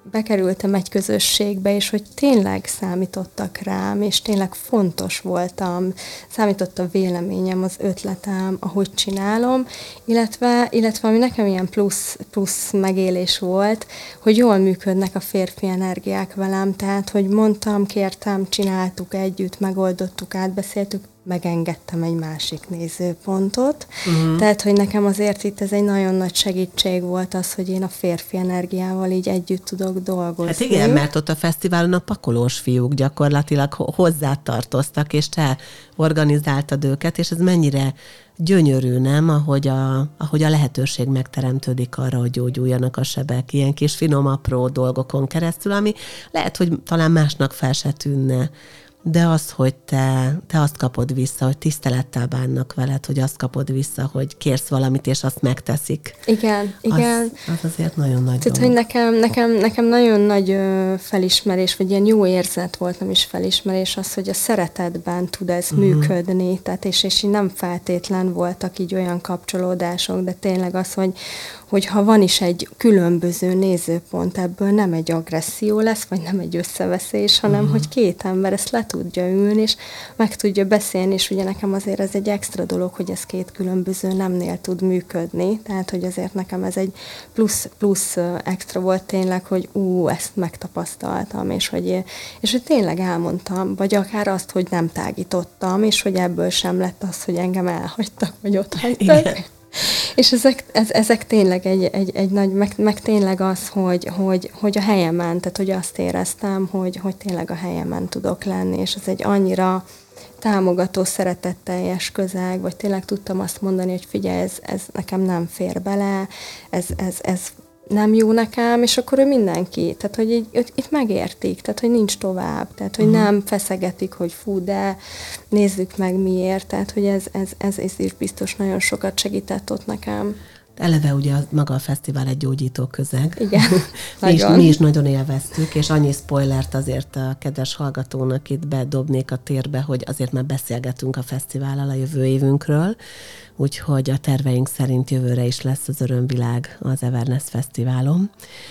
bekerültem egy közösségbe, és hogy tényleg számítottak rám, és tényleg fontos voltam, számított a véleményem, az ötletem, ahogy csinálom, illetve, illetve ami nekem ilyen plusz, plusz megélés volt, hogy jól működnek a férfi energiák velem, tehát, hogy mondtam, kértem, csináltuk együtt, megoldottuk, átbeszéltük, megengedtem egy másik nézőpontot. Uh-huh. Tehát, hogy nekem azért itt ez egy nagyon nagy segítség volt az, hogy én a férfi energiával így együtt tudok dolgozni. Hát igen, mert ott a fesztiválon a pakolós fiúk gyakorlatilag hozzá tartoztak, és te organizáltad őket, és ez mennyire gyönyörű, nem? Ahogy a, ahogy a lehetőség megteremtődik arra, hogy gyógyuljanak a sebek, ilyen kis finom, apró dolgokon keresztül, ami lehet, hogy talán másnak fel se tűnne. De az, hogy te, te azt kapod vissza, hogy tisztelettel bánnak veled, hogy azt kapod vissza, hogy kérsz valamit, és azt megteszik. Igen, igen. Az, az azért nagyon nagy Tehát, hogy nekem, nekem, nekem nagyon nagy ö, felismerés, vagy ilyen jó érzet volt, nem is felismerés, az, hogy a szeretetben tud ez uh-huh. működni, tehát és, és így nem feltétlen voltak így olyan kapcsolódások, de tényleg az, hogy hogy ha van is egy különböző nézőpont, ebből nem egy agresszió lesz, vagy nem egy összeveszés, hanem uh-huh. hogy két ember ezt le tudja ülni, és meg tudja beszélni, és ugye nekem azért ez egy extra dolog, hogy ez két különböző nemnél tud működni, tehát hogy azért nekem ez egy plusz, plusz extra volt tényleg, hogy ú, ezt megtapasztaltam, és hogy, és hogy tényleg elmondtam, vagy akár azt, hogy nem tágítottam, és hogy ebből sem lett az, hogy engem elhagytak, vagy ott hagytak. És ezek, ez, ezek tényleg egy, egy, egy nagy, meg, meg tényleg az, hogy, hogy, hogy a helyemen, tehát hogy azt éreztem, hogy, hogy tényleg a helyemen tudok lenni, és ez egy annyira támogató, szeretetteljes közeg, vagy tényleg tudtam azt mondani, hogy figyelj, ez, ez nekem nem fér bele, ez, ez, ez nem jó nekem, és akkor ő mindenki, tehát hogy így, itt megértik, tehát hogy nincs tovább, tehát hogy uh-huh. nem feszegetik, hogy fú, de nézzük meg miért, tehát hogy ez, ez, ez, ez is biztos nagyon sokat segített ott nekem. Eleve ugye maga a fesztivál egy gyógyító közeg. Igen, mi, is, mi is nagyon élveztük, és annyi spoilert azért a kedves hallgatónak itt bedobnék a térbe, hogy azért már beszélgetünk a fesztivállal a jövő évünkről, úgyhogy a terveink szerint jövőre is lesz az Örömvilág az Everness Fesztiválon.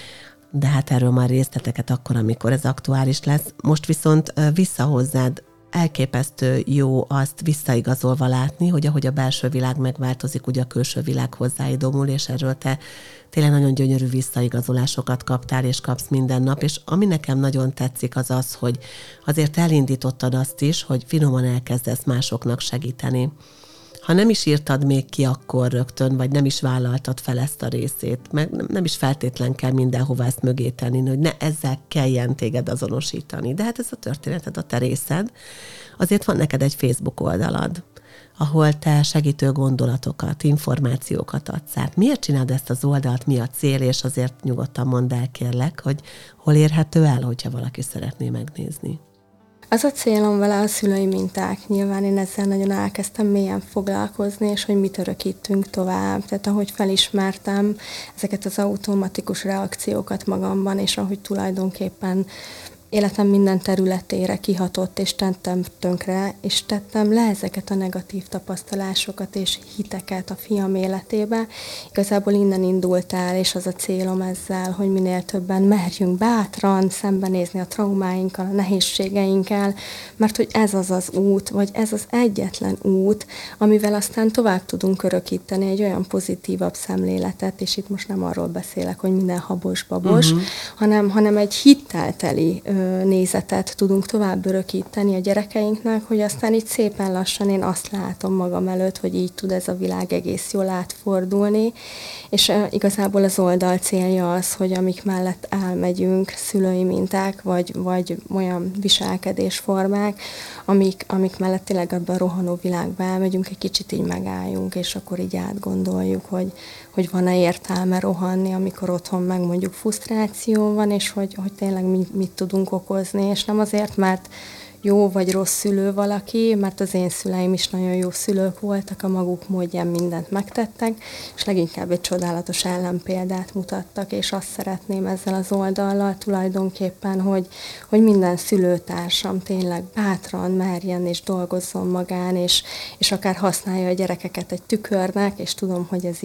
De hát erről már részleteket akkor, amikor ez aktuális lesz. Most viszont vissza hozzád, elképesztő jó azt visszaigazolva látni, hogy ahogy a belső világ megváltozik, ugye a külső világ hozzáidomul, és erről te tényleg nagyon gyönyörű visszaigazolásokat kaptál, és kapsz minden nap, és ami nekem nagyon tetszik, az az, hogy azért elindítottad azt is, hogy finoman elkezdesz másoknak segíteni. Ha nem is írtad még ki akkor rögtön, vagy nem is vállaltad fel ezt a részét, meg nem is feltétlen kell mindenhova ezt mögé tenni, hogy ne ezzel kelljen téged azonosítani. De hát ez a történeted, a te részed. Azért van neked egy Facebook oldalad, ahol te segítő gondolatokat, információkat adsz át. Miért csinálod ezt az oldalt, mi a cél, és azért nyugodtan mondd el, kérlek, hogy hol érhető el, hogyha valaki szeretné megnézni. Az a célom vele a szülői minták. Nyilván én ezzel nagyon elkezdtem mélyen foglalkozni, és hogy mit örökítünk tovább. Tehát ahogy felismertem ezeket az automatikus reakciókat magamban, és ahogy tulajdonképpen életem minden területére kihatott, és tettem tönkre, és tettem le ezeket a negatív tapasztalásokat és hiteket a fiam életébe. Igazából innen indult el, és az a célom ezzel, hogy minél többen merjünk bátran szembenézni a traumáinkkal, a nehézségeinkkel, mert hogy ez az az út, vagy ez az egyetlen út, amivel aztán tovább tudunk örökíteni egy olyan pozitívabb szemléletet, és itt most nem arról beszélek, hogy minden habos-babos, uh-huh. hanem, hanem egy hittelteli nézetet tudunk tovább örökíteni a gyerekeinknek, hogy aztán így szépen lassan én azt látom magam előtt, hogy így tud ez a világ egész jól átfordulni, és uh, igazából az oldal célja az, hogy amik mellett elmegyünk, szülői minták, vagy, vagy olyan viselkedésformák, amik, amik mellett tényleg abban a rohanó világba elmegyünk, egy kicsit így megálljunk, és akkor így átgondoljuk, hogy, hogy van-e értelme rohanni, amikor otthon meg mondjuk frusztráció van, és hogy, hogy tényleg mit, mit tudunk okozni, és nem azért, mert jó vagy rossz szülő valaki, mert az én szüleim is nagyon jó szülők voltak, a maguk módján mindent megtettek, és leginkább egy csodálatos ellenpéldát mutattak, és azt szeretném ezzel az oldallal tulajdonképpen, hogy, hogy minden szülőtársam tényleg bátran merjen és dolgozzon magán, és, és akár használja a gyerekeket egy tükörnek, és tudom, hogy ez így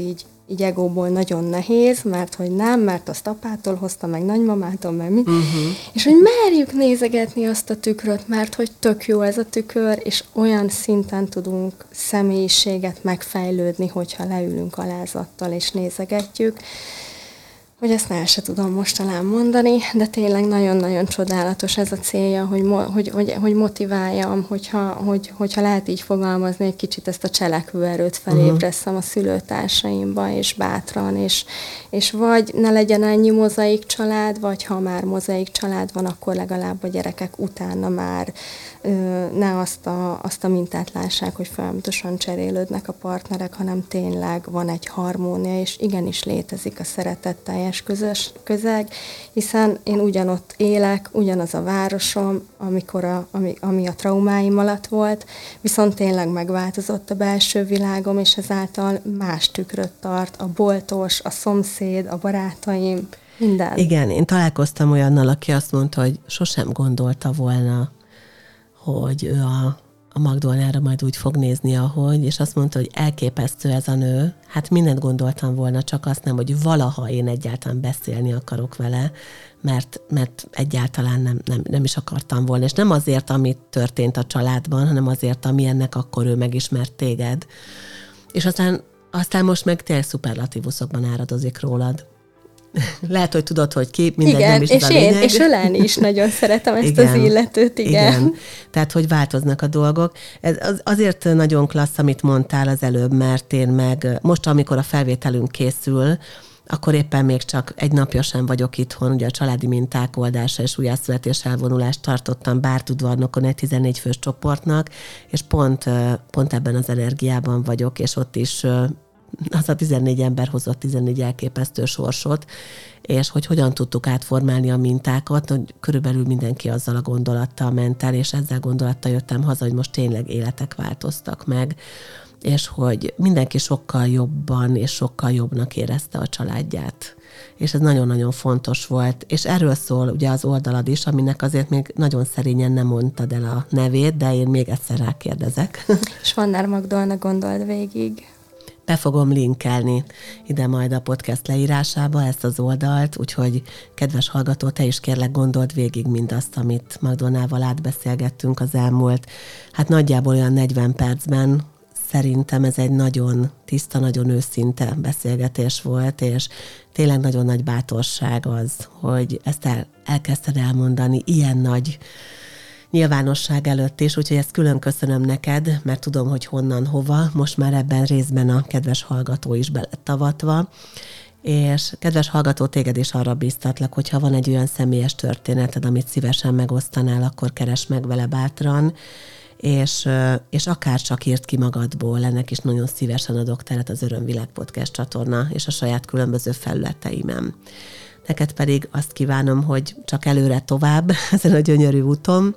így egóból nagyon nehéz, mert hogy nem, mert azt apától hozta, meg nagymamától, meg mi. Uh-huh. És hogy merjük nézegetni azt a tükröt, mert hogy tök jó ez a tükör, és olyan szinten tudunk személyiséget megfejlődni, hogyha leülünk alázattal és nézegetjük, hogy ezt el se tudom most talán mondani, de tényleg nagyon-nagyon csodálatos ez a célja, hogy, mo- hogy, hogy, hogy motiváljam, hogyha, hogy, hogyha lehet így fogalmazni, egy kicsit ezt a cselekvőerőt felébreszem a szülőtársaimba, és bátran, és, és vagy ne legyen ennyi mozaik család, vagy ha már mozaik család van, akkor legalább a gyerekek utána már ö, ne azt a, azt a mintát lássák, hogy folyamatosan cserélődnek a partnerek, hanem tényleg van egy harmónia, és igenis létezik a szeretettel közös közeg, hiszen én ugyanott élek, ugyanaz a városom, amikor a, ami, ami a traumáim alatt volt, viszont tényleg megváltozott a belső világom, és ezáltal más tükröt tart, a boltos, a szomszéd, a barátaim, minden. Igen, én találkoztam olyannal, aki azt mondta, hogy sosem gondolta volna, hogy ő a a Magdolnára majd úgy fog nézni, ahogy, és azt mondta, hogy elképesztő ez a nő. Hát mindent gondoltam volna, csak azt nem, hogy valaha én egyáltalán beszélni akarok vele, mert, mert egyáltalán nem, nem, nem is akartam volna. És nem azért, amit történt a családban, hanem azért, ami ennek akkor ő megismert téged. És aztán, aztán most meg tényleg szuperlatívuszokban áradozik rólad. Lehet, hogy tudod, hogy ki, minden igen, nem is és a én, lényeg. és ölelni is nagyon szeretem ezt igen, az illetőt, igen. igen. Tehát, hogy változnak a dolgok. Ez az, azért nagyon klassz, amit mondtál az előbb, mert én meg most, amikor a felvételünk készül, akkor éppen még csak egy napja sem vagyok itthon, ugye a családi minták oldása és újjászületés elvonulást tartottam Bártudvarnokon egy tizennégy fős csoportnak, és pont, pont ebben az energiában vagyok, és ott is az a tizennégy ember hozott tizennégy elképesztő sorsot, és hogy hogyan tudtuk átformálni a mintákat, hogy körülbelül mindenki azzal a gondolattal ment el, és ezzel gondolattal jöttem haza, hogy most tényleg életek változtak meg, és hogy mindenki sokkal jobban és sokkal jobbnak érezte a családját. És ez nagyon-nagyon fontos volt. És erről szól ugye az oldalad is, aminek azért még nagyon szerényen nem mondtad el a nevét, de én még egyszer rákérdezek. Svannár Magdolna gondold végig. Be fogom linkelni ide majd a podcast leírásába ezt az oldalt, úgyhogy kedves hallgató, te is kérlek gondold végig mindazt, amit Magdolnával átbeszélgettünk az elmúlt, hát nagyjából olyan negyven percben. Szerintem ez egy nagyon tiszta, nagyon őszinte beszélgetés volt, és tényleg nagyon nagy bátorság az, hogy ezt el, elkezdted elmondani ilyen nagy nyilvánosság előtt is, úgyhogy ezt külön köszönöm neked, mert tudom, hogy honnan, hova, most már ebben részben a kedves hallgató is be lett avatva, és kedves hallgató, téged is arra bíztatlak, hogyha van egy olyan személyes történeted, amit szívesen megosztanál, akkor keresd meg vele bátran, és, és akár csak írd ki magadból, ennek is nagyon szívesen adok teret az Örömvilág Podcast csatorna és a saját különböző felületeimen. Neked pedig azt kívánom, hogy csak előre tovább ezen a gyönyörű úton,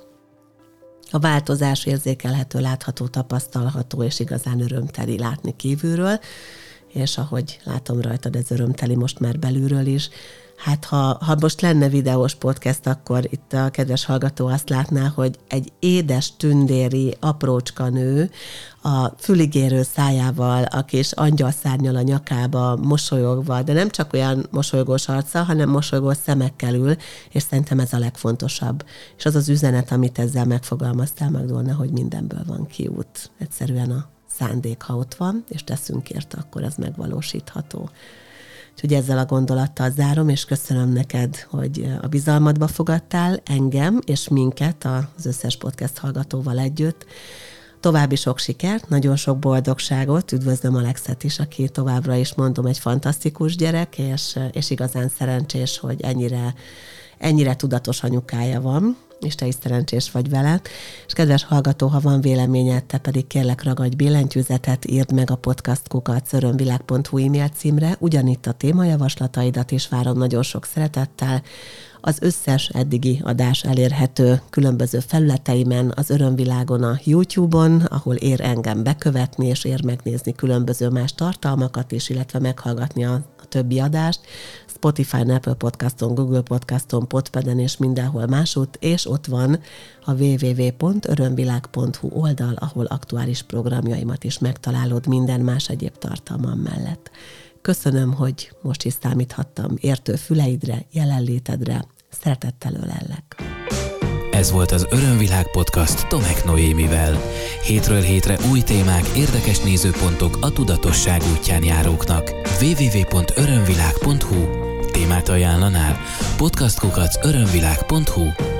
a változás érzékelhető, látható, tapasztalható, és igazán örömteli látni kívülről, és ahogy látom rajtad, ez örömteli most már belülről is. Hát ha, ha most lenne videós podcast, akkor itt a kedves hallgató azt látná, hogy egy édes, tündéri, aprócska nő a füligérő szájával, a kis angyalszárnnyal a nyakába mosolyogva, de nem csak olyan mosolygós arca, hanem mosolygós szemekkel ül, és szerintem ez a legfontosabb. És az az üzenet, amit ezzel megfogalmaztál, Magdolna, hogy mindenből van kiút. Egyszerűen a szándék, ha ott van, és teszünk érte, akkor ez megvalósítható. Úgyhogy ezzel a gondolattal zárom, és köszönöm neked, hogy a bizalmadba fogadtál engem és minket az összes podcast hallgatóval együtt. További sok sikert, nagyon sok boldogságot, üdvözlöm Alexet is, aki továbbra is mondom egy fantasztikus gyerek, és, és igazán szerencsés, hogy ennyire, ennyire tudatos anyukája van, és te is szerencsés vagy vele. És kedves hallgató, ha van véleményed, te pedig kérlek ragadj billentyűzetet, írd meg a podcast kukac örömvilág pont hu e-mail címre, ugyanitt a témajavaslataidat is várom nagyon sok szeretettel. Az összes eddigi adás elérhető különböző felületeimen, az Örömvilágon, a YouTube-on, ahol ér engem bekövetni, és ér megnézni különböző más tartalmakat is, illetve meghallgatni a, a többi adást. Spotify-n, Apple Podcaston, Google Podcaston, Podpeden és mindenhol másút, és ott van a double-u double-u double-u pont örömvilág pont hu oldal, ahol aktuális programjaimat is megtalálod minden más egyéb tartalmam mellett. Köszönöm, hogy most is számíthattam értő füleidre, jelenlétedre. Szeretettel ölellek. Ez volt az Örömvilág podcast Tomek Noémivel. Hétről hétre új témák, érdekes nézőpontok a tudatosság útján járóknak. double-u double-u double-u pont örömvilág pont hu Témát ajánlanál? podcast kukac örömvilág pont hu